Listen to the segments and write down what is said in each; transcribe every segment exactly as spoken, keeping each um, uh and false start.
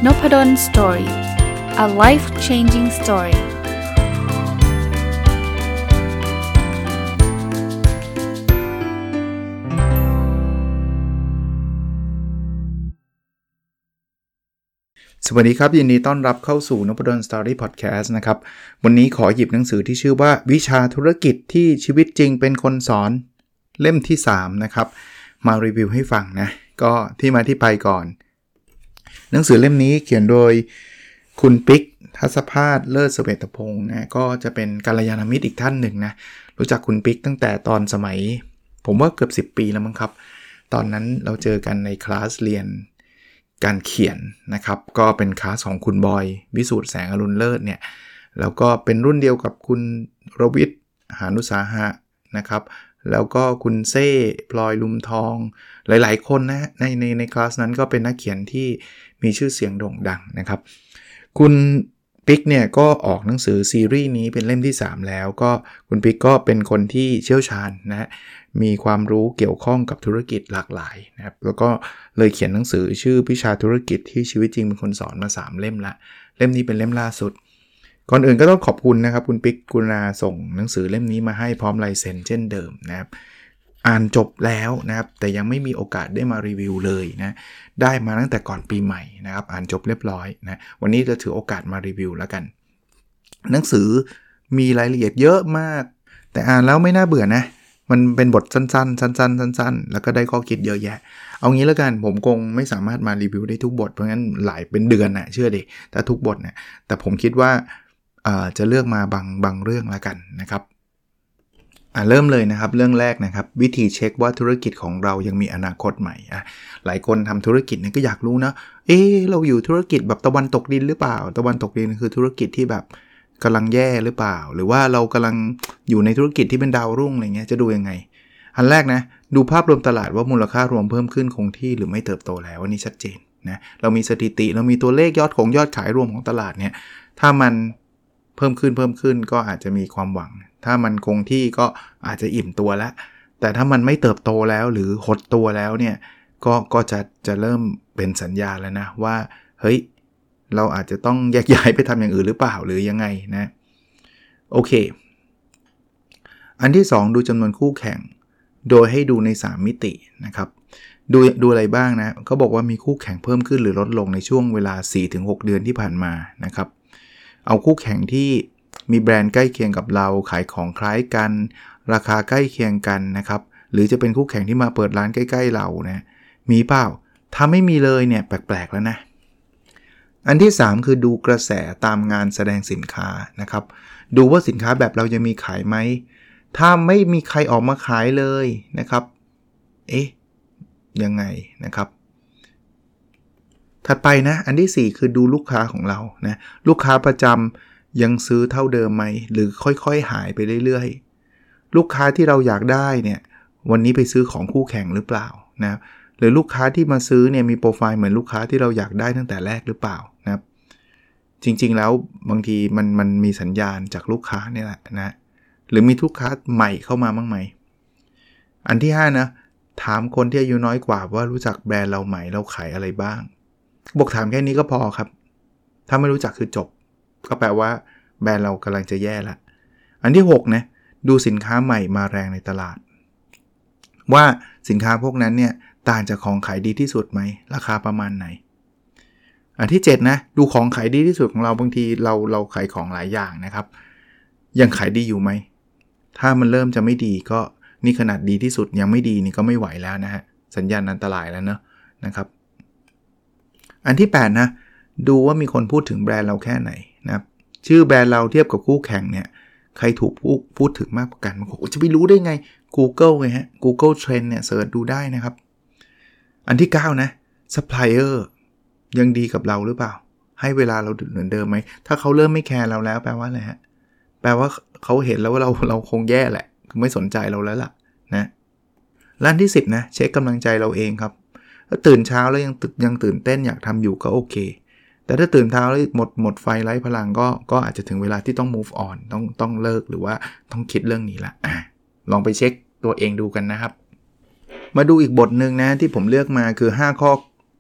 Noppadan Story. A life-changing story. สวัสดีครับยินดีต้อนรับเข้าสู่ Noppadan Story Podcast นะครับวันนี้ขอหยิบหนังสือที่ชื่อว่าวิชาธุรกิจที่ชีวิตจริงเป็นคนสอนเล่มที่สามนะครับมารีวิวให้ฟังนะก็ที่มาที่ไปก่อนหนังสือเล่มนี้เขียนโดยคุณปิ๊กทัศภาสเลิศเสวตพงศ์นะก็จะเป็นกัลยาณมิตรอีกท่านหนึ่งนะรู้จักคุณปิ๊กตั้งแต่ตอนสมัยผมว่าเกือบสิบปีแล้วมั้งครับตอนนั้นเราเจอกันในคลาสเรียนการเขียนนะครับก็เป็นคลาสของคุณบอยวิสูตรแสงอรุณเลิศเนี่ยแล้วก็เป็นรุ่นเดียวกับคุณรวิทย์หานุสาหะนะครับแล้วก็คุณเซ่พลอยลุมทองหลายๆคนนะในในในคลาสนั้นก็เป็นนักเขียนที่มีชื่อเสียงโด่งดังนะครับคุณปิ๊กเนี่ยก็ออกหนังสือซีรีส์นี้เป็นเล่มที่สามแล้วก็คุณปิ๊กก็เป็นคนที่เชี่ยวชาญนะมีความรู้เกี่ยวข้องกับธุรกิจหลากหลายนะครับแล้วก็เลยเขียนหนังสือชื่อวิชาธุรกิจที่ชีวิตจริงเป็นคนสอนมาสามเล่มละเล่มนี้เป็นเล่มล่าสุดก่อนอื่นก็ต้องขอบคุณนะครับคุณปิ๊กกรุณาส่งหนังสือเล่มนี้มาให้พร้อมลายเซ็นเช่นเดิมนะครับอ่านจบแล้วนะครับแต่ยังไม่มีโอกาสได้มารีวิวเลยนะได้มาตั้งแต่ก่อนปีใหม่นะครับอ่านจบเรียบร้อยนะวันนี้จะถือโอกาสมารีวิวแล้วกันหนังสือมีรายละเอียดเยอะมากแต่อ่านแล้วไม่น่าเบื่อนะมันเป็นบทสั้นๆสั้นๆสั้นๆแล้วก็ได้ข้อคิดเยอะแยะเอางี้แล้วกันผมคงไม่สามารถมารีวิวได้ทุกบทเพราะงั้นหลายเป็นเดือนนะเชื่อดิแต่ทุกบทนะแต่ผมคิดว่าเอ่อจะเลือกมาบางบางเรื่องแล้วกันนะครับอ่ะเริ่มเลยนะครับเรื่องแรกนะครับวิธีเช็คว่าธุรกิจของเรายังมีอนาคตใหม่อ่ะหลายคนทำธุรกิจเนี่ยก็อยากรู้นะเอ๊ะเราอยู่ธุรกิจแบบตะวันตกดินหรือเปล่าตะวันตกดินคือธุรกิจที่แบบกำลังแย่หรือเปล่าหรือว่าเรากำลังอยู่ในธุรกิจที่เป็นดาวรุ่งอะไรเงี้ยจะดูยังไงอันแรกนะดูภาพรวมตลาดว่ามูลค่ารวมเพิ่มขึ้นคงที่หรือไม่เติบโตแล้วอันนี้ชัดเจนนะเรามีสถิติเรามีตัวเลขยอดของยอดขายรวมของตลาดเนี่ยถ้ามันเพิ่มขึ้นเพิ่มขึ้นก็อาจจะมีความหวังถ้ามันคงที่ก็อาจจะอิ่มตัวแล้วแต่ถ้ามันไม่เติบโตแล้วหรือหดตัวแล้วเนี่ยก็ก็จะจะเริ่มเป็นสัญญาณแล้วนะว่าเฮ้ยเราอาจจะต้องแยกย้ายไปทำอย่างอื่นหรือเปล่าหรือยังไงนะโอเคอันที่สองดูจำนวนคู่แข่งโดยให้ดูในสามมิตินะครับดูดูอะไรบ้างนะเขาบอกว่ามีคู่แข่งเพิ่มขึ้นหรือลดลงในช่วงเวลา สี่ถึงหก เดือนที่ผ่านมานะครับเอาคู่แข่งที่มีแบรนด์ใกล้เคียงกับเราขายของคล้ายกันราคาใกล้เคียงกันนะครับหรือจะเป็นคู่แข่งที่มาเปิดร้านใกล้ๆเรานะมีเปล่าถ้าไม่มีเลยเนี่ยแปลกๆแล้วนะอันที่สามคือดูกระแสตามงานแสดงสินค้านะครับดูว่าสินค้าแบบเราจะมีขายไหมถ้าไม่มีใครออกมาขายเลยนะครับเอ๊ะยังไงนะครับถัดไปนะอันที่สี่คือดูลูกค้าของเรานะลูกค้าประจำยังซื้อเท่าเดิมไหมหรือค่อยๆหายไปเรื่อยๆลูกค้าที่เราอยากได้เนี่ยวันนี้ไปซื้อของคู่แข่งหรือเปล่านะหรือลูกค้าที่มาซื้อเนี่ยมีโปรไฟล์เหมือนลูกค้าที่เราอยากได้ตั้งแต่แรกหรือเปล่านะครับจริงๆแล้วบางทีมันมันมีสัญญาณจากลูกค้าเนี่ยแหละนะหรือมีลูกค้าใหม่เข้ามาบ้างไหมอันที่ห้านะถามคนที่อายุน้อยกว่าว่ารู้จักแบรนด์เราไหมเราขายอะไรบ้างบอกถามแค่นี้ก็พอครับถ้าไม่รู้จักคือจบก็แปลว่าแบรนด์เรากำลังจะแย่ละอันที่หกนะดูสินค้าใหม่มาแรงในตลาดว่าสินค้าพวกนั้นเนี่ยต่างจากของขายดีที่สุดไหมราคาประมาณไหนอันที่เจ็ดนะดูของขายดีที่สุดของเราบางทีเราเราขายของหลายอย่างนะครับยังขายดีอยู่ไหมถ้ามันเริ่มจะไม่ดีก็นี่ขนาดดีที่สุดยังไม่ดีนี่ก็ไม่ไหวแล้วนะฮะสัญญาณอันตรายแล้วเนอะนะครับอันที่แปดนะดูว่ามีคนพูดถึงแบรนด์เราแค่ไหนนะครับชื่อแบรนด์เราเทียบกับคู่แข่งเนี่ยใครถูกพูดพูดถึงมากกว่ากันบางคนจะไปรู้ได้ไง Google ไงฮะ Google Trend เนี่ยเสิร์ชดูได้นะครับอันที่เก้านะ Supplier ยังดีกับเราหรือเปล่าให้เวลาเราเหมือนเดิมไหมถ้าเขาเริ่มไม่แคร์เราแล้วแปลว่าอะไรฮะแปลว่าเขาเห็นแล้วว่าเราเราคงแย่แหละคือไม่สนใจเราแล้วล่ะนะร้านที่สิบนะเช็คกำลังใจเราเองครับถ้าตื่นเช้าแล้วยังยังตื่นเต้นอยากทำอยู่ก็โอเคแต่ถ้าตื่นเช้าแล้วหมดหมดไฟไร้พลังก็ก็อาจจะถึงเวลาที่ต้อง move on ต้องต้องเลิกหรือว่าต้องคิดเรื่องนี้ละอ่ะลองไปเช็คตัวเองดูกันนะครับมาดูอีกบทนึงนะที่ผมเลือกมาคือห้าข้อ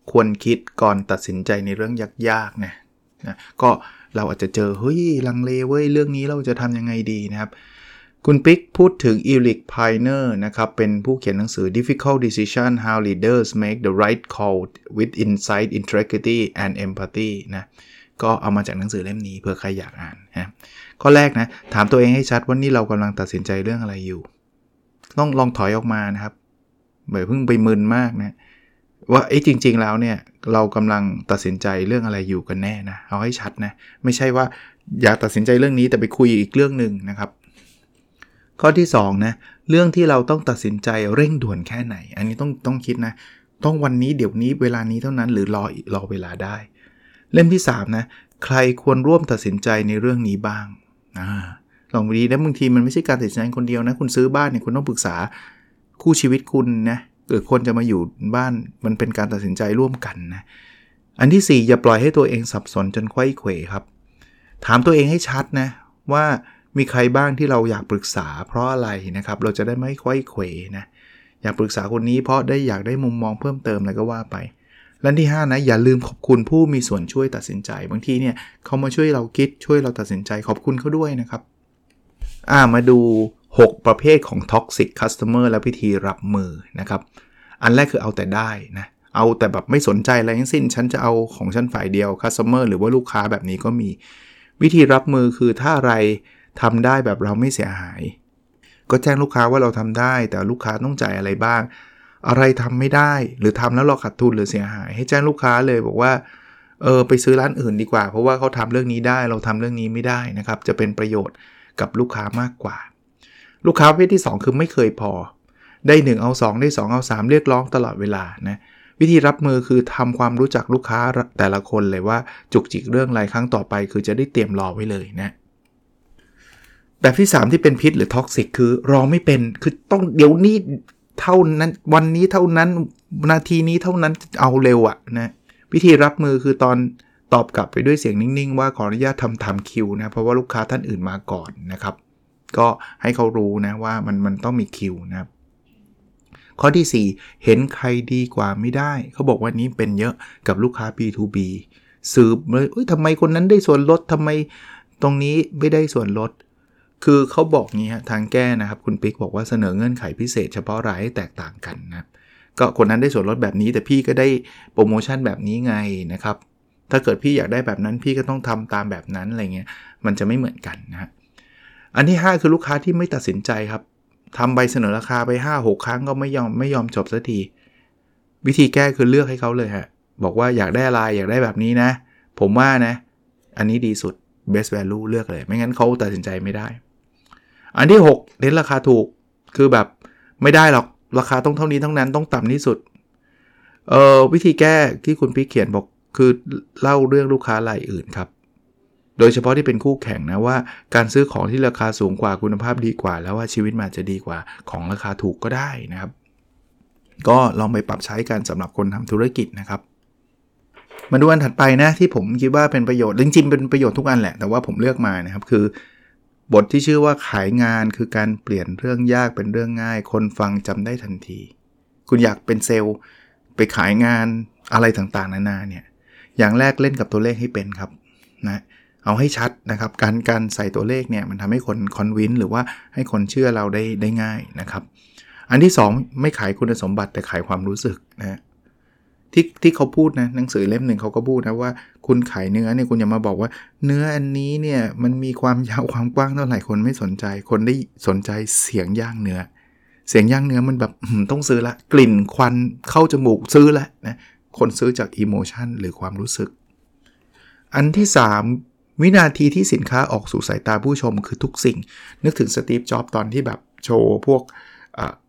ควรคิดก่อนตัดสินใจในเรื่องยากๆนะนะก็เราอาจจะเจอเฮ้ยลังเลเว้ยเรื่องนี้เราจะทำยังไงดีนะครับคุณปิ๊กพูดถึง Eric Piner นะครับเป็นผู้เขียนหนังสือ Difficult Decision How Leaders Make the Right Call with Insight, Integrity and Empathy นะก็เอามาจากหนังสือเล่มนี้เผื่อใครอยากอ่านนะข้อแรกนะถามตัวเองให้ชัดว่านี่เรากำลังตัดสินใจเรื่องอะไรอยู่ต้องลองถอยออกมานะครับอย่าเพิ่งไปมึนมากนะว่าไอ้จริงๆแล้วเนี่ยเรากำลังตัดสินใจเรื่องอะไรอยู่กันแน่นะเอาให้ชัดนะไม่ใช่ว่าอยากตัดสินใจเรื่องนี้แต่ไปคุยอีกเรื่องนึงนะครับข้อที่สองนะเรื่องที่เราต้องตัดสินใจเร่งด่วนแค่ไหนอันนี้ต้องต้องคิดนะต้องวันนี้เดี๋ยวนี้เวลานี้เท่านั้นหรือรอรอเวลาได้เล่มที่สามนะใครควรร่วมตัดสินใจในเรื่องนี้บ้างอ่าลองดีนะบางทีมันไม่ใช่การตัดสินใจคนเดียวนะคุณซื้อบ้านเนี่ยคุณต้องปรึกษาคู่ชีวิตคุณนะหรือคนจะมาอยู่บ้านมันเป็นการตัดสินใจร่วมกันนะอันที่สี่อย่าปล่อยให้ตัวเองสับสนจนไขว้เขวครับถามตัวเองให้ชัดนะว่ามีใครบ้างที่เราอยากปรึกษาเพราะอะไรนะครับเราจะได้ไม่ไขว้เขวนะอยากปรึกษาคนนี้เพราะได้อยากได้มุมมองเพิ่มเติมอะไรก็ว่าไปและที่ห้านะอย่าลืมขอบคุณผู้มีส่วนช่วยตัดสินใจบางทีเนี่ยเขามาช่วยเราคิดช่วยเราตัดสินใจขอบคุณเขาด้วยนะครับอ่ามาดูหกประเภทของ Toxic Customer และวิธีรับมือนะครับอันแรกคือเอาแต่ได้นะเอาแต่แบบไม่สนใจอะไรทั้งสิ้นฉันจะเอาของฉันฝ่ายเดียว Customer หรือว่าลูกค้าแบบนี้ก็มีวิธีรับมือคือถ้าอะไรทำได้แบบเราไม่เสียหายก็แจ้งลูกค้าว่าเราทำได้แต่ลูกค้าต้องจ่ายอะไรบ้างอะไรทำไม่ได้หรือทำแล้วเราขาดทุนหรือเสียหายให้แจ้งลูกค้าเลยบอกว่าเออไปซื้อร้านอื่นดีกว่าเพราะว่าเขาทำเรื่องนี้ได้เราทำเรื่องนี้ไม่ได้นะครับจะเป็นประโยชน์กับลูกค้ามากกว่าลูกค้าประเภทที่สองคือไม่เคยพอได้หนึ่งเอาสองได้สองเอาสามเรียกร้องตลอดเวลานะวิธีรับมือคือทำความรู้จักลูกค้าแต่ละคนเลยว่าจุกจิกเรื่องอะไรครั้งต่อไปคือจะได้เตรียมรอไว้เลยนะแบบที่สามที่เป็นพิษหรือท็อกซิกคือรอไม่เป็นคือต้องเดี๋ยวนี้เท่านั้นวันนี้เท่านั้นนาทีนี้เท่านั้นเอาเร็วอะนะวิธีรับมือคือตอนตอบกลับไปด้วยเสียงนิ่งๆว่าขออนุญาตทำทำคิวนะเพราะว่าลูกค้าท่านอื่นมาก่อนนะครับก็ให้เขารู้นะว่ามันมันต้องมีคิวนะครับข้อที่สี่เห็นใครดีกว่าไม่ได้เขาบอกว่านี้เป็นเยอะกับลูกค้า บี ทู บี สืบเลยเอ้ยทำไมคนนั้นได้ส่วนลดทำไมตรงนี้ไม่ได้ส่วนลดคือเขาบอกงี้ฮะทางแก้นะครับคุณปิ๊กบอกว่าเสนอเงื่อนไขพิเศษเฉพาะรายให้แตกต่างกันนะก็คนนั้นได้ส่วนลดแบบนี้แต่พี่ก็ได้โปรโมชั่นแบบนี้ไงนะครับถ้าเกิดพี่อยากได้แบบนั้นพี่ก็ต้องทำตามแบบนั้นอะไรเงี้ยมันจะไม่เหมือนกันนะฮะอันที่ห้าคือลูกค้าที่ไม่ตัดสินใจครับทำใบเสนอราคาไป ห้าหก ครั้งก็ไม่ยอมไม่ยอมจบสักทีวิธีแก้คือเลือกให้เขาเลยฮะบอกว่าอยากได้อะไรอยากได้แบบนี้นะผมว่านะอันนี้ดีสุด best value เลือกเลยไม่งั้นเขาตัดสินใจไม่ได้อันที่หกเน้นราคาถูกคือแบบไม่ได้หรอกราคาต้องเท่านี้เท่านั้นต้องต่ำที่สุดเอ่อวิธีแก้ที่คุณพี่เขียนบอกคือเล่าเรื่องลูกค้ารายอื่นครับโดยเฉพาะที่เป็นคู่แข่งนะว่าการซื้อของที่ราคาสูงกว่าคุณภาพดีกว่าแล้วว่าชีวิตมันจะดีกว่าของราคาถูกก็ได้นะครับก็ลองไปปรับใช้กันสำหรับคนทำธุรกิจนะครับมาดูอันถัดไปนะที่ผมคิดว่าเป็นประโยชน์จริงๆเป็นประโยชน์ทุกอันแหละแต่ว่าผมเลือกมานะครับคือบทที่ชื่อว่าขายงานคือการเปลี่ยนเรื่องยากเป็นเรื่องง่ายคนฟังจำได้ทันทีคุณอยากเป็นเซลล์ไปขายงานอะไรต่างๆนานาเนี่ยอย่างแรกเล่นกับตัวเลขให้เป็นครับนะเอาให้ชัดนะครับการการใส่ตัวเลขเนี่ยมันทำให้คนคอนวินหรือว่าให้คนเชื่อเราได้ได้ง่ายนะครับอันที่สองไม่ขายคุณสมบัติแต่ขายความรู้สึกนะที่ที่เขาพูดนะหนังสือเล่มหนึ่งเขาก็พูดนะว่าคุณขายเนื้อเนี่ยคุณอย่ามาบอกว่าเนื้ออันนี้เนี่ยมันมีความยาวความกว้างเท่าไหร่คนไม่สนใจคนได้สนใจเสียงย่างเนื้อเสียงย่างเนื้อมันแบบต้องซื้อละกลิ่นควันเข้าจมูกซื้อละนะคนซื้อจากอิโมชันหรือความรู้สึกอันที่สามวินาทีที่สินค้าออกสู่สายตาผู้ชมคือทุกสิ่งนึกถึงสตีฟจ็อบส์ตอนที่แบบโชว์พวกอ่า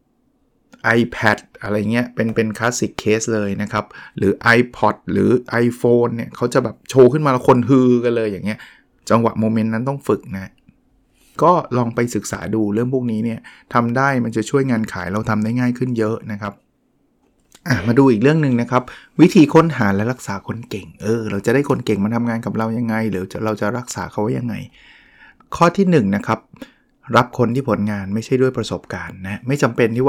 iPad อะไรเงี้ยเป็นเป็นคลาสสิกเคสเลยนะครับหรือ iPod หรือ iPhone เนี่ยเขาจะแบบโชว์ขึ้นมาแล้วคนฮือกันเลยอย่างเงี้ยจังหวะโมเมนต์นั้นต้องฝึกนะก็ลองไปศึกษาดูเรื่องพวกนี้เนี่ยทำได้มันจะช่วยงานขายเราทำได้ง่ายขึ้นเยอะนะครับอ่ะมาดูอีกเรื่องนึงนะครับวิธีค้นหาและรักษาคนเก่งเออเราจะได้คนเก่งมาทำงานกับเรายังไงหรือเราจะรักษาเขาไว้ยังไงข้อที่หนึ่งนะครับรับคนที่ผลงานไม่ใช่ด้วยประสบการณ์นะไม่จำเป็นที่ว่า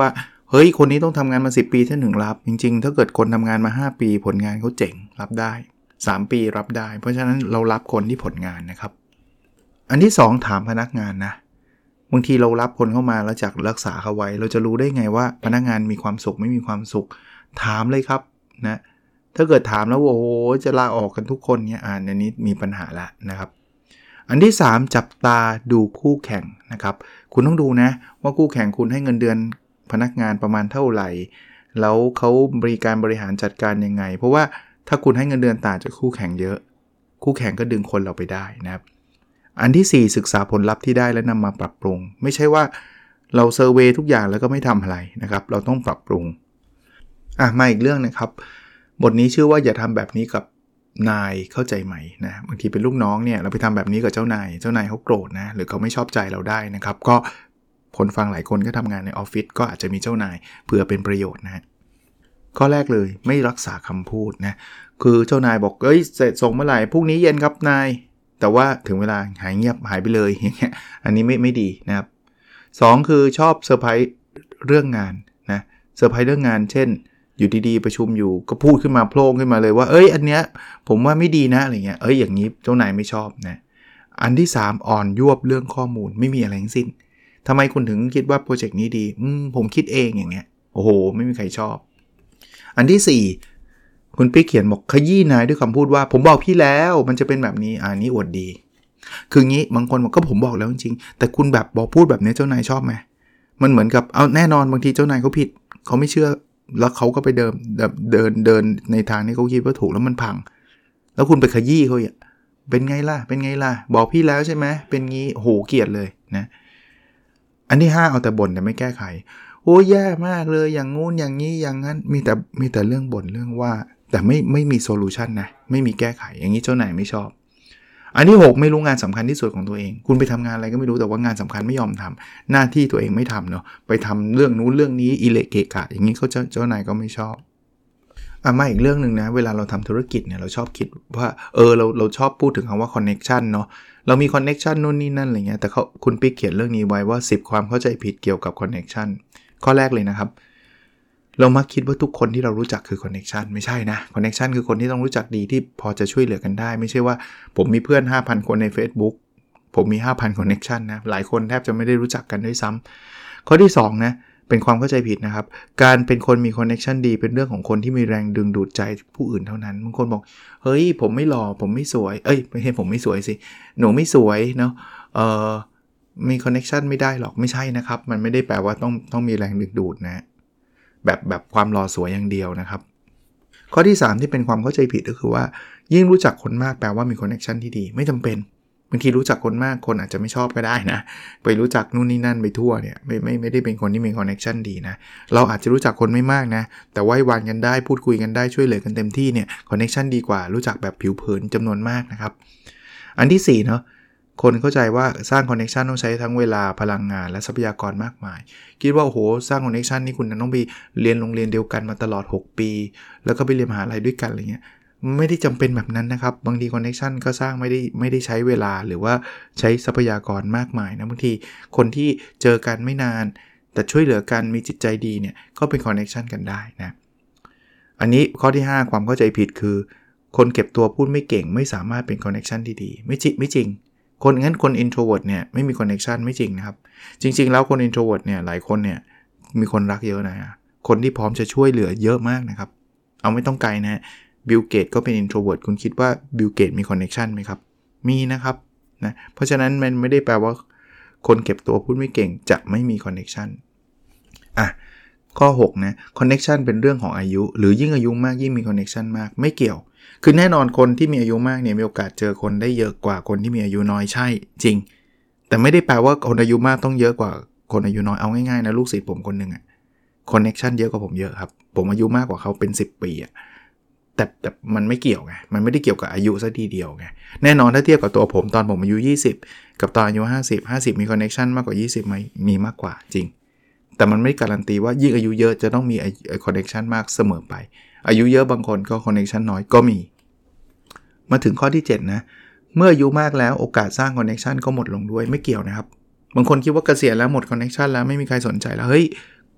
เฮ้ยคนนี้ต้องทำงานมาสิบปีถึงรับจริงๆถ้าเกิดคนทำงานมาห้าปีผลงานเขาเจ๋งรับได้สามปีรับได้เพราะฉะนั้นเรารับคนที่ผลงานนะครับอันที่สองถามพนักงานนะบางทีเรารับคนเข้ามาแล้วจากรักษาเขาไว้เราจะรู้ได้ไงว่าพนักงานมีความสุขไม่มีความสุขถามเลยครับนะถ้าเกิดถามแล้วโอ้โหจะลาออกกันทุกคนเนี่ยอ่านอันนี้มีปัญหาละนะครับอันที่สามจับตาดูคู่แข่งนะครับคุณต้องดูนะว่าคู่แข่งคุณให้เงินเดือนพนักงานประมาณเท่าไหร่แล้วเขาบริการบริหารจัดการยังไงเพราะว่าถ้าคุณให้เงินเดือนต่างจากคู่แข่งเยอะคู่แข่งก็ดึงคนเราไปได้นะครับอันที่สี่ศึกษาผลลัพธ์ที่ได้และนำมาปรับปรุงไม่ใช่ว่าเราเซอร์เวย์ทุกอย่างแล้วก็ไม่ทำอะไรนะครับเราต้องปรับปรุงอ่ะมาอีกเรื่องนะครับบทนี้ชื่อว่าอย่าทำแบบนี้กับนายเข้าใจไหมนะบางทีเป็นลูกน้องเนี่ยเราไปทำแบบนี้กับเจ้านายเจ้านายเขาโกรธนะหรือเขาไม่ชอบใจเราได้นะครับก็คนฟังหลายคนก็ทำงานในออฟฟิศก็อาจจะมีเจ้านายเผื่อเป็นประโยชน์นะข้อแรกเลยไม่รักษาคำพูดนะคือเจ้านายบอกเอ้ยเสร็จส่งเมื่อไหร่พรุ่งนี้เย็นครับนายแต่ว่าถึงเวลาหายเงียบหายไปเลยอย่างเงี้ยอันนี้ไม่ไม่ดีนะครับสองคือชอบเซอร์ไพรส์เรื่องงานนะเซอร์ไพรส์เรื่องงานเช่นอยู่ดีๆประชุมอยู่ก็พูดขึ้นมาโผล่ขึ้นมาเลยว่าเอ้ยอันเนี้ยผมว่าไม่ดีนะอะไรเงี้ยเอ้ยอย่างนี้เจ้านายไม่ชอบนะอันที่สามอ่อนยวบเรื่องข้อมูลไม่มีอะไรทั้งสิ้นทำไมคุณถึงคิดว่าโปรเจกต์นี้ดีอืมผมคิดเองอย่างเงี้ยโอ้โหไม่มีใครชอบอันที่สี่คุณปิ๊กเขียนบอกขยี้นายด้วยคำพูดว่าผมบอกพี่แล้วมันจะเป็นแบบนี้อ่านี้อวดดีคืองี้บางคนบอกก็ผมบอกแล้วจริงๆแต่คุณแบบบอกพูดแบบนี้เจ้านายชอบไหมมันเหมือนกับเอาแน่นอนบางทีเจ้านายเขาผิดเขาไม่เชื่อแล้วเขาก็ไปเดินเดินเดินในทางที่เขาคิดว่าถูกแล้วมันพังแล้วคุณไปขยี้เขาอ่ะเป็นไงล่ะเป็นไงล่ะบอกพี่แล้วใช่ไหมเป็นงี้โหเกลียดเลยนะอันที่ห้าเอาแต่บ่นแต่ไม่แก้ไขโอ้แย่มากเลยอย่างงู้นอย่างนี้อย่างนั้นมีแต่มีแต่เรื่องบ่นเรื่องว่าแต่ไม่ไม่มีโซลูชันนะไม่มีแก้ไขอย่างนี้เจ้านายไม่ชอบอันที่หกไม่รู้งานสำคัญที่สุดของตัวเองคุณไปทำงานอะไรก็ไม่รู้แต่ว่างานสำคัญไม่ยอมทำหน้าที่ตัวเองไม่ทำเนาะไปทำเรื่องนู้นเรื่องนี้อิเละเกะกะอย่างนี้เขาเจ้าเจ้านายก็ไม่ชอบอ่ะมาอีกเรื่องนึงนะเวลาเราทำธุรกิจเนี่ยเราชอบคิดว่าเออเราเราชอบพูดถึงคำว่า connection เนาะเรามี connection นู่นนี่นั่นอะไรเงี้ยแต่เขาคุณปิ๊กเขียนเรื่องนี้ไว้ว่าสิบความเข้าใจผิดเกี่ยวกับ connection ข้อแรกเลยนะครับเรามักคิดว่าทุกคนที่เรารู้จักคือ connection ไม่ใช่นะ connection คือคนที่ต้องรู้จักดีที่พอจะช่วยเหลือกันได้ไม่ใช่ว่าผมมีเพื่อน ห้าพัน คนใน Facebook ผมมี ห้าพัน connection นะหลายคนแทบจะไม่ได้รู้จักกันด้วยซ้ำข้อที่สองนะเป็นความเข้าใจผิดนะครับการเป็นคนมี connection ดีเป็นเรื่องของคนที่มีแรงดึงดูดใจผู้อื่นเท่านั้นบางคนบอกเฮ้ยผมไม่หล่อผมไม่สวยเอ้ยไม่ใช่ผมไม่สวยสิหนูไม่สวยเนาะเอ่อมี connection ไม่ได้หรอกไม่ใช่นะครับมันไม่ได้แปลว่าต้องต้องมีแรงดึงดูดนะแบบแบบความหล่อสวยอย่างเดียวนะครับข้อที่สามที่เป็นความเข้าใจผิดก็คือว่ายิ่งรู้จักคนมากแปลว่ามีคอนเนคชั่นที่ดีไม่จำเป็นบางทีรู้จักคนมากคนอาจจะไม่ชอบก็ได้นะไปรู้จักนู่นนี่นั่นไปทั่วเนี่ยไม่ไม่ไม่ได้เป็นคนที่มีคอนเนคชั่นดีนะเราอาจจะรู้จักคนไม่มากนะแต่ไว้วางกันได้พูดคุยกันได้ช่วยเหลือกันเต็มที่เนี่ยคอนเนคชั่นดีกว่ารู้จักแบบผิวเผินจำนวนมากนะครับอันที่สี่เนาะคนเข้าใจว่าสร้างคอนเนคชันต้องใช้ทั้งเวลาพลังงานและทรัพยากรมากมายคิดว่าโอ้โหสร้างคอนเนคชันนี่คุณต้องไปเรียนโรงเรียนเดียวกันมาตลอดหกปีแล้วก็ไปเรียนมหาลัยด้วยกันอะไรเงี้ยไม่ได้จำเป็นแบบนั้นนะครับบางทีคอนเนคชันก็สร้างไม่ได้ไม่ได้ใช้เวลาหรือว่าใช้ทรัพยากรมากมายนะบางทีคนที่เจอกันไม่นานแต่ช่วยเหลือกันมีจิตใจดีเนี่ยก็เป็นคอนเนคชันกันได้นะอันนี้ข้อที่ห้าความเข้าใจผิดคือคนเก็บตัวพูดไม่เก่งไม่สามารถเป็นคอนเนคชันที่ดีไม่จริงไม่จริงคนงั้นคน introvert เนี่ยไม่มี connection ไม่จริงนะครับจริงๆแล้วคน introvert เนี่ยหลายคนเนี่ยมีคนรักเยอะนะคนที่พร้อมจะช่วยเหลือเยอะมากนะครับเอาไม่ต้องไกลนะบิลเกตก็เป็น introvert คุณคิดว่าบิลเกตมี connection ไหมครับมีนะครับนะเพราะฉะนั้นมันไม่ได้แปลว่าคนเก็บตัวพูดไม่เก่งจะไม่มี connection อ่ะข้อหกนะ connection เป็นเรื่องของอายุหรือยิ่งอายุมากยิ่งมี connection มากไม่เกี่ยวคือแน่นอนคนที่มีอายุมากเนี่ยมีโอกาสเจอคนได้เยอะกว่าคนที่มีอายุน้อยใช่จริงแต่ไม่ได้แปลว่าคนอายุมากต้องเยอะกว่าคนอายุน้อยเอาง่ายๆนะลูกศิษย์ผมคนนึงอ่ะคอนเนคชั่นเยอะกว่าผมเยอะครับผมอายุมากกว่าเขาเป็นสิบปีอ่ะแต่แต่มันไม่เกี่ยวไงมันไม่ได้เกี่ยวกับอายุซะทีเดียวไงแน่นอนถ้าเทียบกับตัวผมตอนผมอายุยี่สิบกับตอนอายุห้าสิบ ห้าสิบมีคอนเนคชั่นมากกว่ายี่สิบมั้ยมีมากกว่าจริงแต่มันไม่การันตีว่ายิ่งอายุเยอะจะต้องมีคอนเนคชั่นมากเสมอไปอายุเยอะบางคนก็คอนเนคชั่นน้อยก็มีมาถึงข้อที่เจ็ดนะเมื่ออายุมากแล้วโอกาสสร้างคอนเนคชันก็หมดลงด้วยไม่เกี่ยวนะครับบางคนคิดว่าเกษียณแล้วหมดคอนเนคชันแล้วไม่มีใครสนใจแล้วเฮ้ย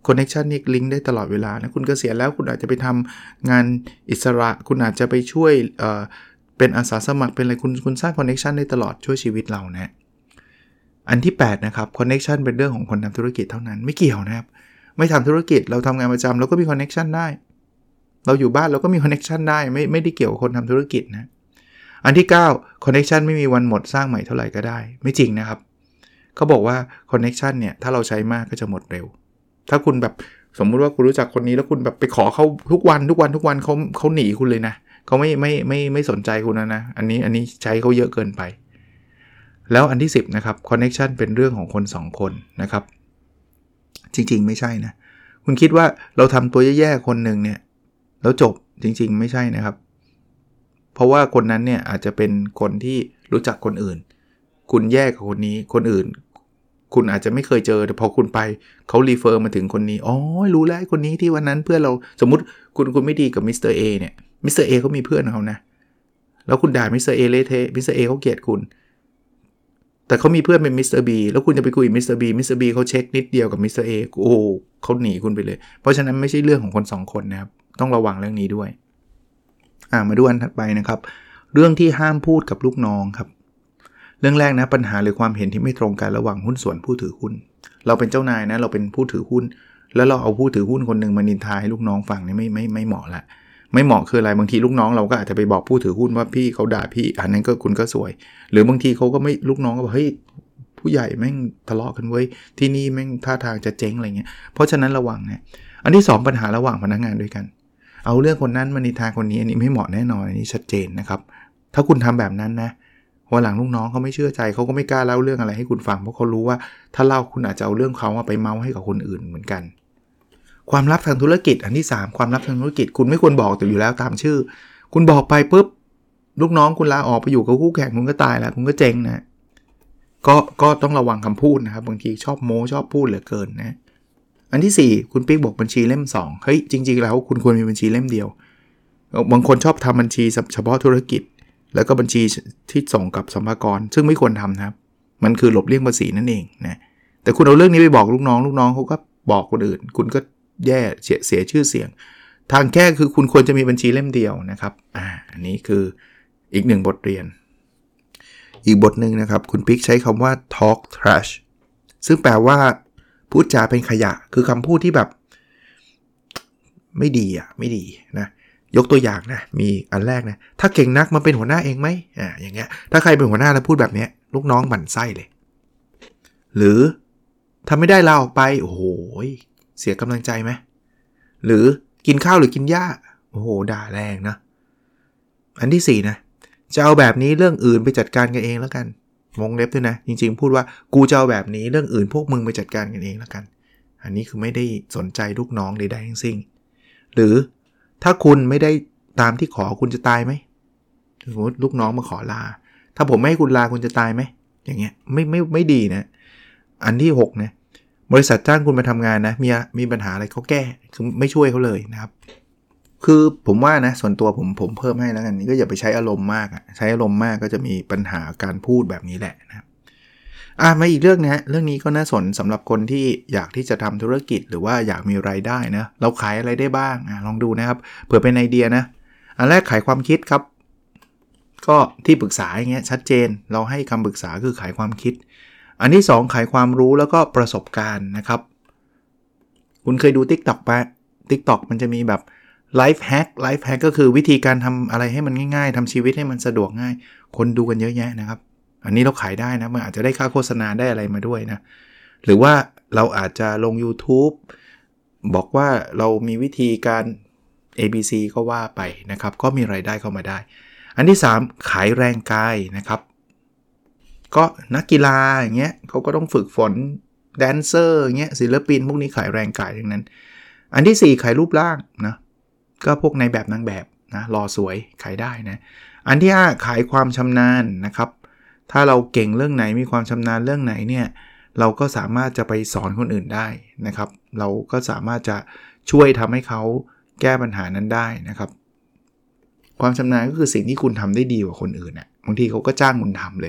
คอนเนคชันนี่ลิงก์ได้ตลอดเวลานะคุณเกษียณแล้วคุณอาจจะไปทำงานอิสระคุณอาจจะไปช่วยเอ่อเป็นอาสาสมัครเป็นอะไรคุณคุณสร้างคอนเนคชันได้ตลอดช่วยชีวิตเรานะอันที่แปดนะครับคอนเนคชันเป็นเรื่องของคนทำธุรกิจเท่านั้นไม่เกี่ยวนะครับไม่ทำธุรกิจเราทำงานประจำเราก็มีคอนเนคชันได้เราอยู่บ้านเราก็มีคอนเนคชันได้ไม่ไม่ได้เกี่ยวกับคนทำธุรกิจนะอันที่เก้าคอนเนคชันไม่มีวันหมดสร้างใหม่เท่าไหร่ก็ได้ไม่จริงนะครับเขาบอกว่าคอนเนคชันเนี่ยถ้าเราใช้มากก็จะหมดเร็วถ้าคุณแบบสมมุติว่าคุณรู้จักคนนี้แล้วคุณแบบไปขอเขาทุกวันทุกวันทุกวันเขาเขาหนีคุณเลยนะเขาไม่ไม่ไม่ไม่สนใจคุณนะนะอันนี้อันนี้ใช้เขาเยอะเกินไปแล้วอันที่สิบนะครับคอนเนคชันเป็นเรื่องของคนสองคนนะครับจริงๆไม่ใช่นะคุณคิดว่าเราทำตัวแย่ๆคนหนึ่งเนี่ยแล้วจบจริงๆไม่ใช่นะครับเพราะว่าคนนั้นเนี่ยอาจจะเป็นคนที่รู้จักคนอื่นคุณแย่กับคนนี้คนอื่นคุณอาจจะไม่เคยเจอแต่พอคุณไปเขารีเฟอร์มาถึงคนนี้อ๋อรู้แล้วคนนี้ที่วันนั้นเพื่อนเราสมมุติคุณคุณไม่ดีกับมิสเตอร์เอเนี่ยมิสเตอร์เอเขามีเพื่อนเขานะแล้วคุณด่ามิสเตอร์เอเละเทะมิสเตอร์เอเขาเกลียดคุณแต่เขามีเพื่อนเป็นมิสเตอร์บีแล้วคุณจะไปคุยกับมิสเตอร์บีมิสเตอร์บีเขาเช็คนิดเดียวกับมิสเตอร์เอโอ้เขาหนีคุณไปเลยเพราะฉะนั้นไม่ใช่เรื่องของคนสองคนนะครับต้องระวังเรื่องนี้ด้วยอ่ามาดูอันถัดไปนะครับเรื่องที่ห้ามพูดกับลูกน้องครับเรื่องแรกนะปัญหาหรือความเห็นที่ไม่ตรงกันระหว่างหุ้นส่วนผู้ถือหุ้นเราเป็นเจ้านายนะเราเป็นผู้ถือหุ้นแล้วเราเอาผู้ถือหุ้นคนนึงมานินทาให้ลูกน้องฟังนี่ไม่ไม่ไม่เหมาะละไม่เหมาะคืออะไรบางทีลูกน้องเราก็อาจจะไปบอกผู้ถือหุ้นว่าพี่เขาด่าพี่อันนั้นก็คุณก็สวยหรือบางทีเขาก็ไม่ลูกน้องก็บอกเฮ้ยผู้ใหญ่แม่งทะเลาะกันเว้ยที่นี่แม่งท่าทางจะเจ๊งอะไรเงี้ยเพราะฉะนั้นระวังนะอันที่สองปัญหาระหว่างพนักงานด้วยกันเอาเรื่องคนนั้นมานินทาคนนี้อันนี้ไม่เหมาะแน่นอนอันนี้ชัดเจนนะครับถ้าคุณทำแบบนั้นนะวันหลังลูกน้องเขาไม่เชื่อใจเขาก็ไม่กล้าเล่าเรื่องอะไรให้คุณฟังเพราะเขารู้ว่าถ้าเล่าคุณอาจจะเอาเรื่องเขาไปเมาให้กับคนอื่นเหมือนกันความลับทางธุรกิจอันที่สามความลับทางธุรกิจคุณไม่ควรบอกแต่อยู่แล้วตามชื่อคุณบอกไปปุ๊บลูกน้องคุณลาออกไปอยู่กับคู่แข่งคุณก็ตายแล้วคุณก็เจ๊งนะก็ก็ต้องระวังคำพูดนะครับบางทีชอบโม้ชอบพูดเหลือเกินนะอันที่สี่คุณปิ๊กบอกบัญชีเล่มสองเฮ้ยจริงๆแล้วคุณควรมีบัญชีเล่มเดียวบางคนชอบทำบัญชีเฉพาะธุรกิจแล้วก็บัญชีที่ส่งกับสรรพากรซึ่งไม่ควรทำนะครับมันคือหลบเลี่ยงภาษีนั่นเองนะแต่คุณเอาเรื่องนี้ไปบอกลูกน้องลูกน้องเขาก็บอกคนอื่นคุณก็แย่เสียเสียชื่อเสียงทางแก้คือคุณควรจะมีบัญชีเล่มเดียวนะครับอ่าอันนี้คืออีกหนึ่งบทเรียนอีกบทหนึ่งนะครับคุณปิ๊กใช้คำว่า talk trash ซึ่งแปลว่าพูดจาเป็นขยะคือคำพูดที่แบบไม่ดีอ่ะไม่ดีนะยกตัวอย่างนะมีอันแรกนะถ้าเก่งนักมาเป็นหัวหน้าเองไหมอ่าอย่างเงี้ยถ้าใครเป็นหัวหน้าแล้วพูดแบบนี้ลูกน้องหมั่นไส้เลยหรือทำไม่ได้ลาออกไปโอ้โหเสียกำลังใจไหมหรือกินข้าวหรือกินหญ้าโอ้โหด่าแรงนะอันที่สี่นะจะเอาแบบนี้เรื่องอื่นไปจัดการกันเองแล้วกันวงเล็บด้วยนะจริงๆพูดว่ากูจะเอาแบบนี้เรื่องอื่นพวกมึงไปจัดการกันเองแล้วกันอันนี้คือไม่ได้สนใจลูกน้องใดๆทั้งสิ้นหรือถ้าคุณไม่ได้ตามที่ขอคุณจะตายไหมสมมติลูกน้องมาขอลาถ้าผมไม่ให้คุณลาคุณจะตายไหมอย่างเงี้ยไม่ไม่ไม่ดีนะอันที่หกนะบริษัทจ้างคุณมาทำงานนะมีมีปัญหาอะไรเขาแก้คือไม่ช่วยเขาเลยนะครับคือผมว่านะส่วนตัวผมผมเพิ่มให้แล้วกันนี่ก็อย่าไปใช้อารมณ์มากใช้อารมณ์มากก็จะมีปัญหาการพูดแบบนี้แหละนะครับอ่ะมาอีกเรื่องนะเรื่องนี้ก็น่าสนสำหรับคนที่อยากที่จะทำธุรกิจหรือว่าอยากมีรายได้นะเราขายอะไรได้บ้างอ่ะลองดูนะครับเผื่อเป็นไอเดียนะอันแรกขายความคิดครับก็ที่ปรึกษาอย่างเงี้ยชัดเจนเราให้คำปรึกษาคือขายความคิดอันที่สองขายความรู้แล้วก็ประสบการณ์นะครับคุณเคยดู TikTok ป่ะ TikTok มันจะมีแบบไลฟ์แฮกไลฟ์แฮกก็คือวิธีการทำอะไรให้มันง่ายๆทำชีวิตให้มันสะดวกง่ายคนดูกันเยอะแยะนะครับอันนี้เราขายได้นะมันอาจจะได้ค่าโฆษณาได้อะไรมาด้วยนะหรือว่าเราอาจจะลง YouTube บอกว่าเรามีวิธีการ เอ บี ซี ก็ว่าไปนะครับก็มีรายได้เข้ามาได้อันที่สามขายแรงกายนะครับก็นักกีฬาอย่างเงี้ยเขาก็ต้องฝึกฝนแดนเซอร์อย่างเงี้ยศิลปินพวกนี้ขายแรงกายทั้งนั้นอันที่สี่ขายรูปร่างนะก็พวกในแบบนางแบบนะรอสวยขายได้นะอันที่ห้าขายความชำนาญนะครับถ้าเราเก่งเรื่องไหนมีความชำนาญเรื่องไหนเนี่ยเราก็สามารถจะไปสอนคนอื่นได้นะครับเราก็สามารถจะช่วยทำให้เขาแก้ปัญหานั้นได้นะครับความชำนาญก็คือสิ่งที่คุณทำได้ดีกว่าคนอื่นนะบางทีเขาก็จ้างคุณทำเลย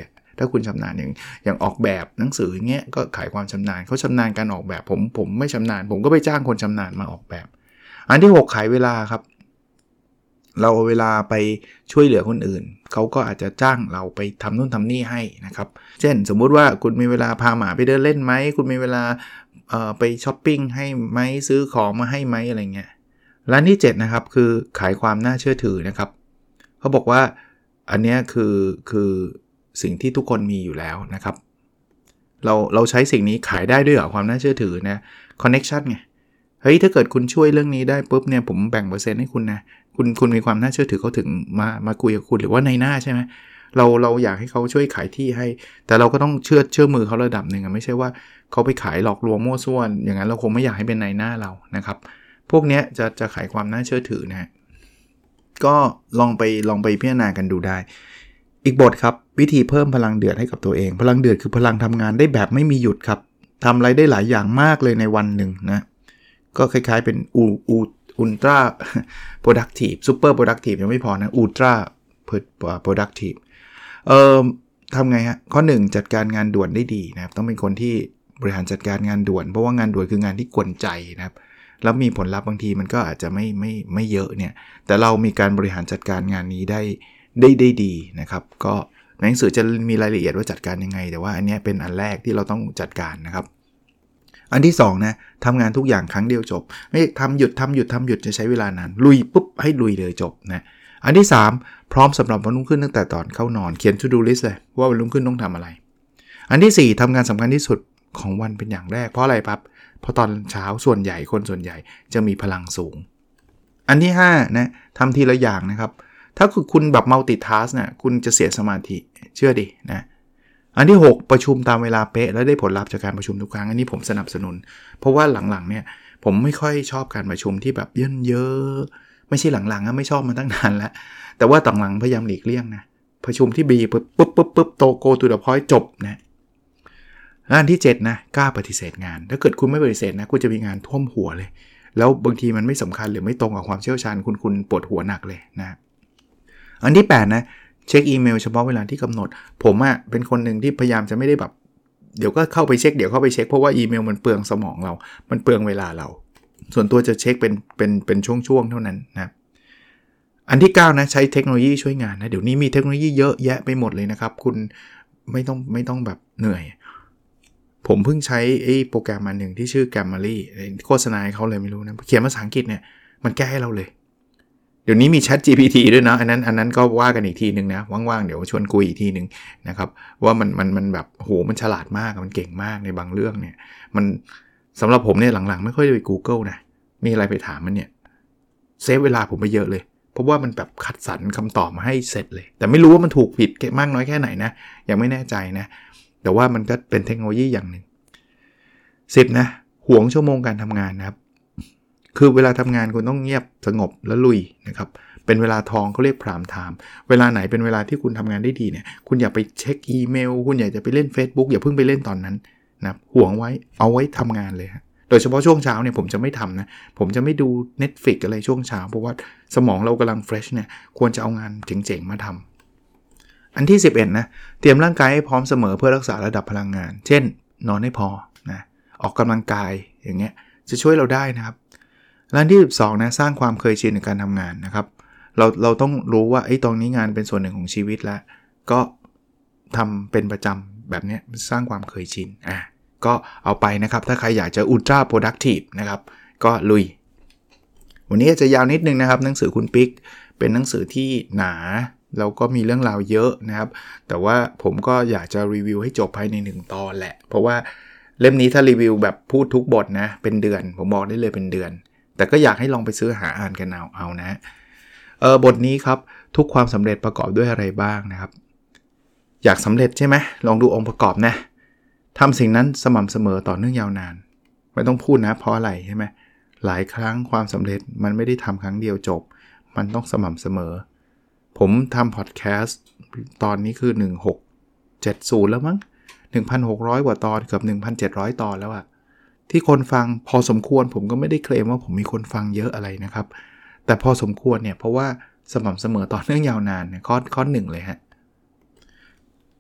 ถ้าคุณชำนาญอย่างอย่างออกแบบหนังสืออย่างเงี้ยก็ขายความชำนาญเขาชำนาญการออกแบบผมผมไม่ชำนาญผมก็ไปจ้างคนชำนาญมาออกแบบอันที่หกขายเวลาครับเราเอาเวลาไปช่วยเหลือคนอื่นเขาก็อาจจะจ้างเราไปทำนู่นทำนี่ให้นะครับเช่นสมมุติว่าคุณมีเวลาพาหมาไปเดินเล่นไหมคุณมีเวลาเอ่อไปช้อปปิ้งให้ไหมซื้อของมาให้ไหมอะไรเงี้ยร้านที่เจ็ดนะครับคือขายความน่าเชื่อถือนะครับเขาบอกว่าอันนี้คือคือสิ่งที่ทุกคนมีอยู่แล้วนะครับเราเราใช้สิ่งนี้ขายได้ด้วยเหรอความน่าเชื่อถือนะคอนเนคชั่นไงเฮ้ยถ้าเกิดคุณช่วยเรื่องนี้ได้ปุ๊บเนี่ยผมแบ่งเปอร์เซ็นต์ให้คุณนะคุณคุณมีความน่าเชื่อถือเขาถึงมามาคุยกับคุณหรือว่าในหน้าใช่ไหมเราเราอยากให้เขาช่วยขายที่ให้แต่เราก็ต้องเชื่อเชื่อมือเขาระดับหนึ่งไม่ใช่ว่าเขาไปขายหลอกลวงมั่วซั่วอย่างนั้นเราคงไม่อยากให้เป็นในหน้าเรานะครับพวกนี้จะจะขายความน่าเชื่อถือนะก็ลองไปลองไปพิจารณากันดูได้อีกบทครับวิธีเพิ่มพลังเดือดให้กับตัวเองพลังเดือดคือพลังทำงานได้แบบไม่มีหยุดครับทำอะไรได้หลายอย่างมากเลยในวันหนึ่งนะก็คล้ายๆเป็นอูอูอุลตร้า productive super productive ยังไม่พอนะ ultra productive เอ่อทำไงฮะข้อหนึ่งจัดการงานด่วนได้ดีนะครับต้องเป็นคนที่บริหารจัดการงานด่วนเพราะว่างานด่วนคืองานที่กวนใจนะครับแล้วมีผลลัพธ์บางทีมันก็อาจจะไม่ไม่ไม่เยอะเนี่ยแต่เรามีการบริหารจัดการงานนี้ได้ได้ได้ดีนะครับก็ในหนังสือจะมีรายละเอียดว่าจัดการยังไงแต่ว่าอันนี้เป็นอันแรกที่เราต้องจัดการนะครับอันที่สองนะทำงานทุกอย่างครั้งเดียวจบไม่ทำหยุดทำหยุดทำหยุดจะใช้เวลานานลุยปุ๊บให้ลุยเลยจบนะอันที่สามพร้อมสำหรับวันรุ่งขึ้นตั้งแต่ตอนเข้านอนเขียน to do list เลยว่าวันรุ่งขึ้นต้องทำอะไรอันที่สี่ทำงานสำคัญที่สุดของวันเป็นอย่างแรกเพราะอะไรครับเพราะตอนเช้าส่วนใหญ่คนส่วนใหญ่จะมีพลังสูงอันที่ห้านะทำทีละอย่างนะครับถ้าคุณแบบ multitask เนี่ยคุณจะเสียสมาธิเชื่อดินะอันที่หกประชุมตามเวลาเป๊ะและได้ผลลัพธ์จากการประชุมทุกครั้งอันนี้ผมสนับสนุนเพราะว่าหลังๆเนี่ยผมไม่ค่อยชอบการประชุมที่แบบเยอะๆไม่ใช่หลังๆนะไม่ชอบมาตั้งนานแล้วแต่ว่าต่างหลังพยายามหลีกเลี่ยงนะประชุมที่บีปุ๊บปุ๊บปุ๊บปุ๊บโตโกทูเดอะพอยต์จบนะอันที่เจ็ดนะกล้าปฏิเสธงานถ้าเกิดคุณไม่ปฏิเสธนะคุณจะมีงานท่วมหัวเลยแล้วบางทีมันไม่สำคัญหรือไม่ตรงกับความเชี่ยวชาญคุณคุณปวดหัวหนักเลยนะอันที่แปดนะเช็คอีเมลเฉพาะเวลาที่กำหนดผมอะเป็นคนหนึ่งที่พยายามจะไม่ได้แบบเดี๋ยวก็เข้าไปเช็คเดี๋ยวเข้าไปเช็คเพราะว่าอีเมลมันเปลืองสมองเรามันเปลืองเวลาเราส่วนตัวจะเช็คเป็นเป็นเป็นช่วงๆเท่านั้นนะอันที่เก้านะใช้เทคโนโลยีช่วยงานนะเดี๋ยวนี้มีเทคโนโลยีเยอะแยะไปหมดเลยนะครับคุณไม่ต้องไม่ต้องแบบเหนื่อยผมเพิ่งใช้ไอ้โปรแกรมอันหนึ่งที่ชื่อ Grammarly โฆษณาให้เขาเลยไม่รู้นะเขียนภาษาอังกฤษเนี่ยมันแก้ให้เราเลยเดี๋ยวนี้มี Chat จี พี ที ด้วยนะอันนั้นอันนั้นก็ว่ากันอีกทีนึงนะว่างๆเดี๋ยวชวนคุยอีกทีนึงนะครับว่ามันมันมันแบบโหมันฉลาดมากมันเก่งมากในบางเรื่องเนี่ยมันสำหรับผมเนี่ยหลังๆไม่ค่อยได้ไป Google นะมีอะไรไปถามมันเนี่ยเซฟเวลาผมไปเยอะเลยเพราะว่ามันแบบคัดสรรคำตอบมาให้เสร็จเลยแต่ไม่รู้ว่ามันถูกผิดมากน้อยแค่ไหนนะยังไม่แน่ใจนะแต่ว่ามันก็เป็นเทคโนโลยีอย่างนึงสิบนะหวงชั่วโมงการทำงานนะครับคือเวลาทำงานคุณต้องเงียบสงบและลุยนะครับเป็นเวลาทองเขาเรียกพรามไทม์เวลาไหนเป็นเวลาที่คุณทำงานได้ดีเนี่ยคุณอย่าไปเช็คอีเมลคุณอยากจะไปเล่น Facebook อย่าเพิ่งไปเล่นตอนนั้นนะหวงไว้เอาไว้ทำงานเลยฮะโดยเฉพาะช่วงเช้าเนี่ยผมจะไม่ทำนะผมจะไม่ดู Netflix อะไรช่วงเช้าเพราะว่าสมองเรากำลังเฟรชเนี่ยควรจะเอางานเจ๋งๆมาทำอันที่สิบเอ็ดนะเตรียมร่างกายให้พร้อมเสมอเพื่อรักษาระดับพลังงานเช่นนอนให้พอนะออกกำลังกายอย่างเงี้ยจะช่วยเราได้นะครับและอันที่สิบสองนะสร้างความเคยชินในการทำงานนะครับเราเราต้องรู้ว่าไอ้ตรงนี้งานเป็นส่วนหนึ่งของชีวิตแล้วก็ทำเป็นประจำแบบนี้สร้างความเคยชินอ่ะก็เอาไปนะครับถ้าใครอยากจะ ultra productive นะครับก็ลุยวันนี้จะยาวนิดนึงนะครับหนังสือคุณปิ๊กเป็นหนังสือที่หนาแล้วก็มีเรื่องราวเยอะนะครับแต่ว่าผมก็อยากจะรีวิวให้จบภายในหนึ่งตอนแหละเพราะว่าเล่มนี้ถ้ารีวิวแบบพูดทุกบทนะเป็นเดือนผมบอกได้เลยเป็นเดือนแต่ก็อยากให้ลองไปซื้อหาอ่านกันเอาเอานะเออบทนี้ครับทุกความสำเร็จประกอบด้วยอะไรบ้างนะครับอยากสำเร็จใช่ไหมลองดูองค์ประกอบนะทำสิ่งนั้นสม่ำเสมอต่อเนื่องยาวนานไม่ต้องพูดนะเพราะอะไรใช่ไหมหลายครั้งความสำเร็จมันไม่ได้ทำครั้งเดียวจบมันต้องสม่ำเสมอผมทำพอดแคสต์ตอนนี้คือหนึ่งพันหกร้อยเจ็ดสิบแล้วมั้ง หนึ่งพันหกร้อย กว่าตอนเกือบ หนึ่งพันเจ็ดร้อย ตอนแล้วอะที่คนฟังพอสมควรผมก็ไม่ได้เคลมว่าผมมีคนฟังเยอะอะไรนะครับแต่พอสมควรเนี่ยเพราะว่าสม่ำเสมอต่อเนื่องยาวนานเนี่ยข้อข้อหนึ่งเลยฮะ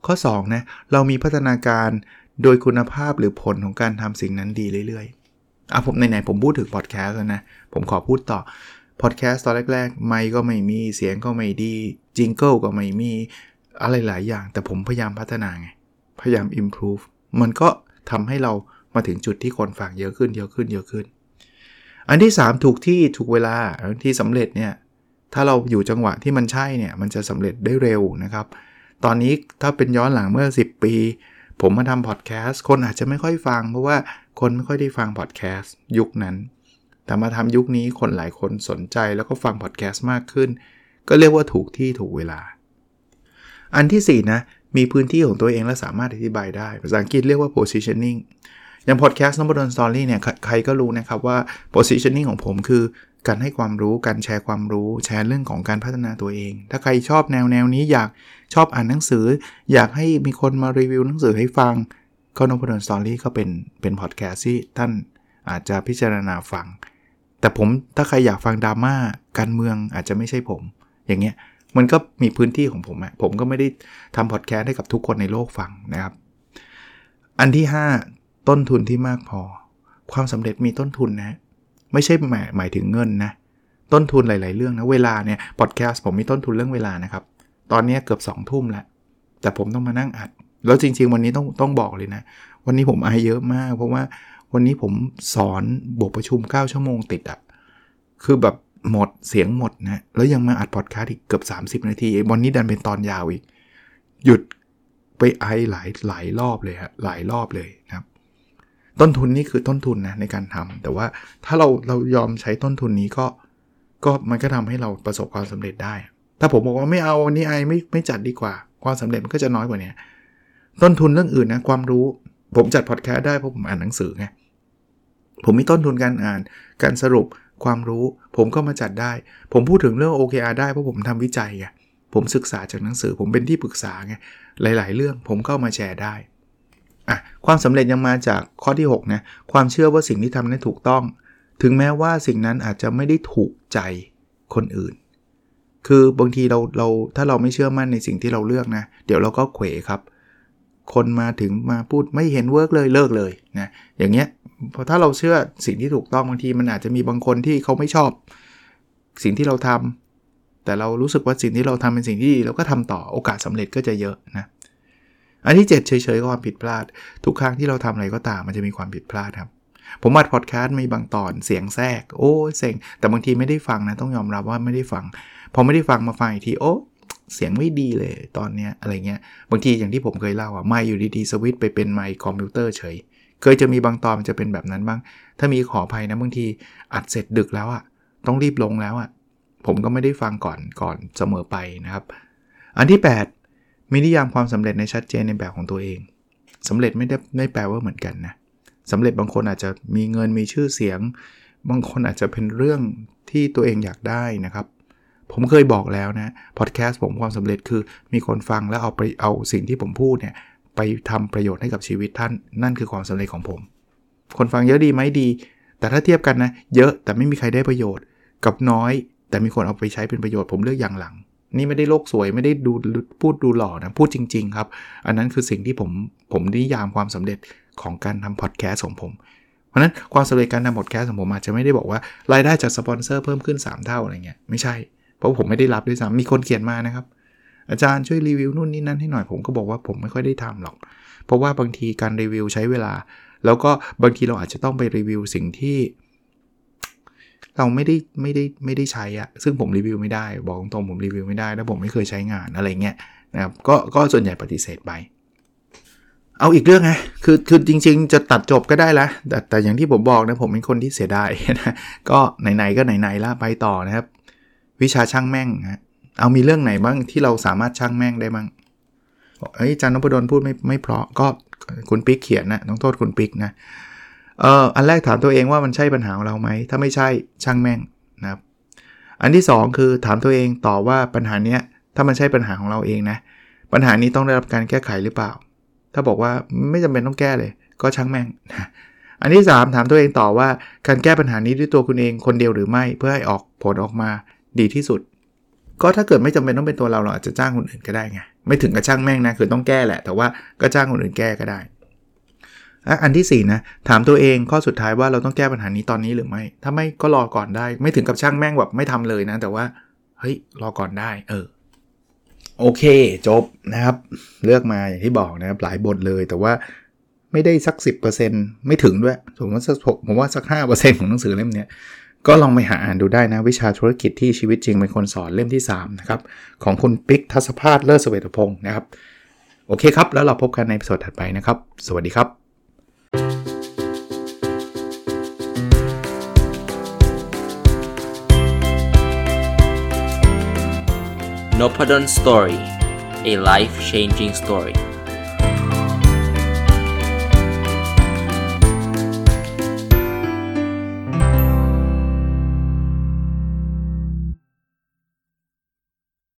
ข้อสองนะเรามีพัฒนาการโดยคุณภาพหรือผลของการทำสิ่งนั้นดีเรื่อยๆอ่ะผมไหนๆผมพูดถึงพอดแคสต์แล้วนะผมขอพูดต่อพอดแคสต์ตอนแรกๆไมค์ก็ไม่มีเสียงก็ไม่ดีจิงเกิลก็ไม่มีอะไรหลายอย่างแต่ผมพยายามพัฒนาไงพยายาม improve มันก็ทำให้เรามาถึงจุดที่คนฟังเยอะขึ้นเยอะขึ้นเยอะขึ้นอันที่สามถูกที่ถูกเวลาที่สำเร็จเนี่ยถ้าเราอยู่จังหวะที่มันใช่เนี่ยมันจะสำเร็จได้เร็วนะครับตอนนี้ถ้าเป็นย้อนหลังเมื่อสิบปีผมมาทำพอดแคสต์คนอาจจะไม่ค่อยฟังเพราะว่าคนไม่ค่อยได้ฟังพอดแคสต์ยุคนั้นแต่มาทำยุคนี้คนหลายคนสนใจแล้วก็ฟังพอดแคสต์มากขึ้นก็เรียกว่าถูกที่ถูกเวลาอันที่สี่นะมีพื้นที่ของตัวเองและสามารถอธิบายได้ภาษาอังกฤษเรียกว่า positioning อย่างพอดแคสต์นพดลสตอรี่เนี่ยใครก็รู้นะครับว่า positioning ของผมคือการให้ความรู้การแชร์ความรู้แชร์เรื่องของการพัฒนาตัวเองถ้าใครชอบแนวแนวนี้อยากชอบอ่านหนังสืออยากให้มีคนมารีวิวหนังสือให้ฟังก็นพดลสตอรี่ก็เป็นเป็นพอดแคสต์ที่ท่านอาจจะพิจารณาฟังแต่ผมถ้าใครอยากฟังดราม่าการเมืองอาจจะไม่ใช่ผมอย่างเงี้ยมันก็มีพื้นที่ของผมอะผมก็ไม่ได้ทำพอดแคสต์ให้กับทุกคนในโลกฟังนะครับอันที่ห้าต้นทุนที่มากพอความสำเร็จมีต้นทุนนะไม่ใช่หมายหมายถึงเงินนะต้นทุนหลายๆเรื่องนะเวลาเนี่ยพอดแคสต์ผมมีต้นทุนเรื่องเวลานะครับตอนนี้เกือบสองทุ่มแล้วแต่ผมต้องมานั่งอัดแล้วจริงๆวันนี้ต้องต้องบอกเลยนะวันนี้ผมอายเยอะมากเพราะว่าวันนี้ผมสอนบทประชุมเก้าชั่วโมงติดอะคือแบบหมดเสียงหมดนะแล้วยังมาอัดพอดแคสต์อีกเกือบสามสิบนาทีวันนี้ดันเป็นตอนยาวอีกหยุดไปไอหลายหลายรอบเลยฮะหลายรอบเลยนะครับต้นทุนนี่คือต้นทุนนะในการทำแต่ว่าถ้าเราเรายอมใช้ต้นทุนนี้ก็ก็มันก็ทำให้เราประสบความสำเร็จได้ถ้าผมบอกว่าไม่เอาวันนี้ไอไม่ไม่จัดดีกว่าความสำเร็จมันก็จะน้อยกว่านี้ต้นทุนเรื่องอื่นนะความรู้ผมจัดพอดแคสต์ได้เพราะผมอ่านหนังสือไงผมมีต้นทุนการอ่านการสรุปความรู้ผมก็มาจัดได้ผมพูดถึงเรื่อง โอ เค อาร์ ได้เพราะผมทำวิจัยไงผมศึกษาจากหนังสือผมเป็นที่ปรึกษาไงหลายๆเรื่องผมก็มาแชร์ได้อ่ะความสำเร็จยังมาจากข้อที่หกนะความเชื่อว่าสิ่งที่ทำนั้นถูกต้องถึงแม้ว่าสิ่งนั้นอาจจะไม่ได้ถูกใจคนอื่นคือบางทีเราเราถ้าเราไม่เชื่อมั่นในสิ่งที่เราเลือกนะเดี๋ยวเราก็เขวครับคนมาถึงมาพูดไม่เห็นเวิร์กเลยเลิกเลยนะอย่างเงี้ยพอถ้าเราเชื่อสิ่งที่ถูกต้องบางทีมันอาจจะมีบางคนที่เขาไม่ชอบสิ่งที่เราทำแต่เรารู้สึกว่าสิ่งที่เราทำเป็นสิ่งที่ดีเราก็ทำต่อโอกาสสำเร็จก็จะเยอะนะอันที่เจ็ดเฉยๆความผิดพลาดทุกครั้งที่เราทำอะไรก็ตามมันจะมีความผิดพลาดครับผมอัดพอดแคสต์มีบางตอนเสียงแทรกโอ้เซ็งแต่บางทีไม่ได้ฟังนะต้องยอมรับว่าไม่ได้ฟังพอไม่ได้ฟังมาฟังอีกทีโอ้เสียงไม่ดีเลยตอนเนี้ยอะไรเงี้ยบางทีอย่างที่ผมเคยเล่าอ่ะไมค์อยู่ดีๆสวิตช์ไปเป็นไมค์คอมพิวเตอร์เฉยเคยจะมีบางตอนจะเป็นแบบนั้นบ้างถ้ามีขออภัยนะบางทีอัดเสร็จดึกแล้วอ่ะต้องรีบลงแล้วอ่ะผมก็ไม่ได้ฟังก่อนก่อนเสมอไปนะครับอันที่แปดมีนิยามความสำเร็จในชัดเจนในแบบของตัวเองสำเร็จไม่ได้ไม่แปลว่าเหมือนกันนะสำเร็จบางคนอาจจะมีเงินมีชื่อเสียงบางคนอาจจะเป็นเรื่องที่ตัวเองอยากได้นะครับผมเคยบอกแล้วนะพอดแคสต์ผมความสำเร็จคือมีคนฟังแล้วเอาไปเอาสิ่งที่ผมพูดเนี่ยไปทำประโยชน์ให้กับชีวิตท่านนั่นคือความสำเร็จของผมคนฟังเยอะดีไหมดีแต่ถ้าเทียบกันนะเยอะแต่ไม่มีใครได้ประโยชน์กับน้อยแต่มีคนเอาไปใช้เป็นประโยชน์ผมเลือกอย่างหลังนี่ไม่ได้โลกสวยไม่ได้ดูพูดดูหล่อนะพูดจริงๆครับอันนั้นคือสิ่งที่ผมผมนิยามความสำเร็จของการทำพอดแคสต์ของผมเพราะนั้นความสำเร็จการทำพอดแคสต์ของผมอาจจะไม่ได้บอกว่ารายได้จากสปอนเซอร์เพิ่มขึ้นสามเท่าอะไรเงี้ยไม่ใช่เพราะผมไม่ได้รับด้วยซ้ำมีคนเขียนมานะครับอาจารย์ช่วยรีวิวนู่นนี่นั่นให้หน่อยผมก็บอกว่าผมไม่ค่อยได้ทำหรอกเพราะว่าบางทีการรีวิวใช้เวลาแล้วก็บางทีเราอาจจะต้องไปรีวิวสิ่งที่เราไม่ได้ไม่ได้ไม่ได้ใช้อะซึ่งผมรีวิวไม่ได้บอกตรงๆผมรีวิวไม่ได้แล้วผมไม่เคยใช้งานอะไรเงี้ยนะครับก็ก็ส่วนใหญ่ปฏิเสธไปเอาอีกเรื่องไงคือคือจริงๆจะตัดจบก็ได้ละแต่แต่อย่างที่ผมบอกนะผมเป็นคนที่เสียดายนะก็ไหนๆก็ไหนๆละไปต่อนะครับวิชาช่างแม่งนะเอามีเรื่องไหนบ้างที่เราสามารถช่างแม่งได้บ้างเอ้ยอาจารย์นพดลพูดไม่ไม่เพราะก็คุณปิ๊กเขียนนะต้องโทษคุณปิ๊กนะเอ่ออันแรกถามตัวเองว่ามันใช่ปัญหาของเราไหมถ้าไม่ใช่ช่างแม่งนะครับอันที่สองคือถามตัวเองต่อว่าปัญหาเนี้ยถ้ามันใช่ปัญหาของเราเองนะปัญหานี้ต้องได้รับการแก้ไขหรือเปล่าถ้าบอกว่าไม่จำเป็นต้องแก้เลยก็ช่างแม่งนะอันที่สามถามตัวเองต่อว่าการแก้ปัญหานี้ด้วยตัวคุณเองคนเดียวหรือไม่เพื่อให้ออกผลออกมาดีที่สุดก็ถ้าเกิดไม่จำเป็นต้องเป็นตัวเราเราอาจจะจ้างคนอื่นก็ได้ไงไม่ถึงกับช่างแม่งนะคือต้องแก้แหละแต่ว่าก็จ้างคนอื่นแก้ก็ได้อันที่สี่นะถามตัวเองข้อสุดท้ายว่าเราต้องแก้ปัญหานี้ตอนนี้หรือไม่ถ้าไม่ก็รอก่อนได้ไม่ถึงกับช่างแม่งแบบไม่ทำเลยนะแต่ว่าเฮ้ยรอก่อนได้เออโอเคจบนะครับเลือกมาอย่างที่บอกนะครับหลายบทเลยแต่ว่าไม่ได้สัก สิบเปอร์เซ็นต์ ไม่ถึงด้วยผมว่าสักผมว่าสัก ห้าเปอร์เซ็นต์ ของหนังสือเล่มนี้ก็ลองไปหาอ่านดูได้นะวิชาธุรกิจที่ชีวิตจริงเป็นคนสอนเล่มที่สามนะครับของคุณปิ๊กทัศภาสเลิศเสวตพงศ์นะครับโอเคครับแล้วเราพบกันในตอนถัดไปนะครับสวัสดีครับ Nopadon Story, a life-changing story.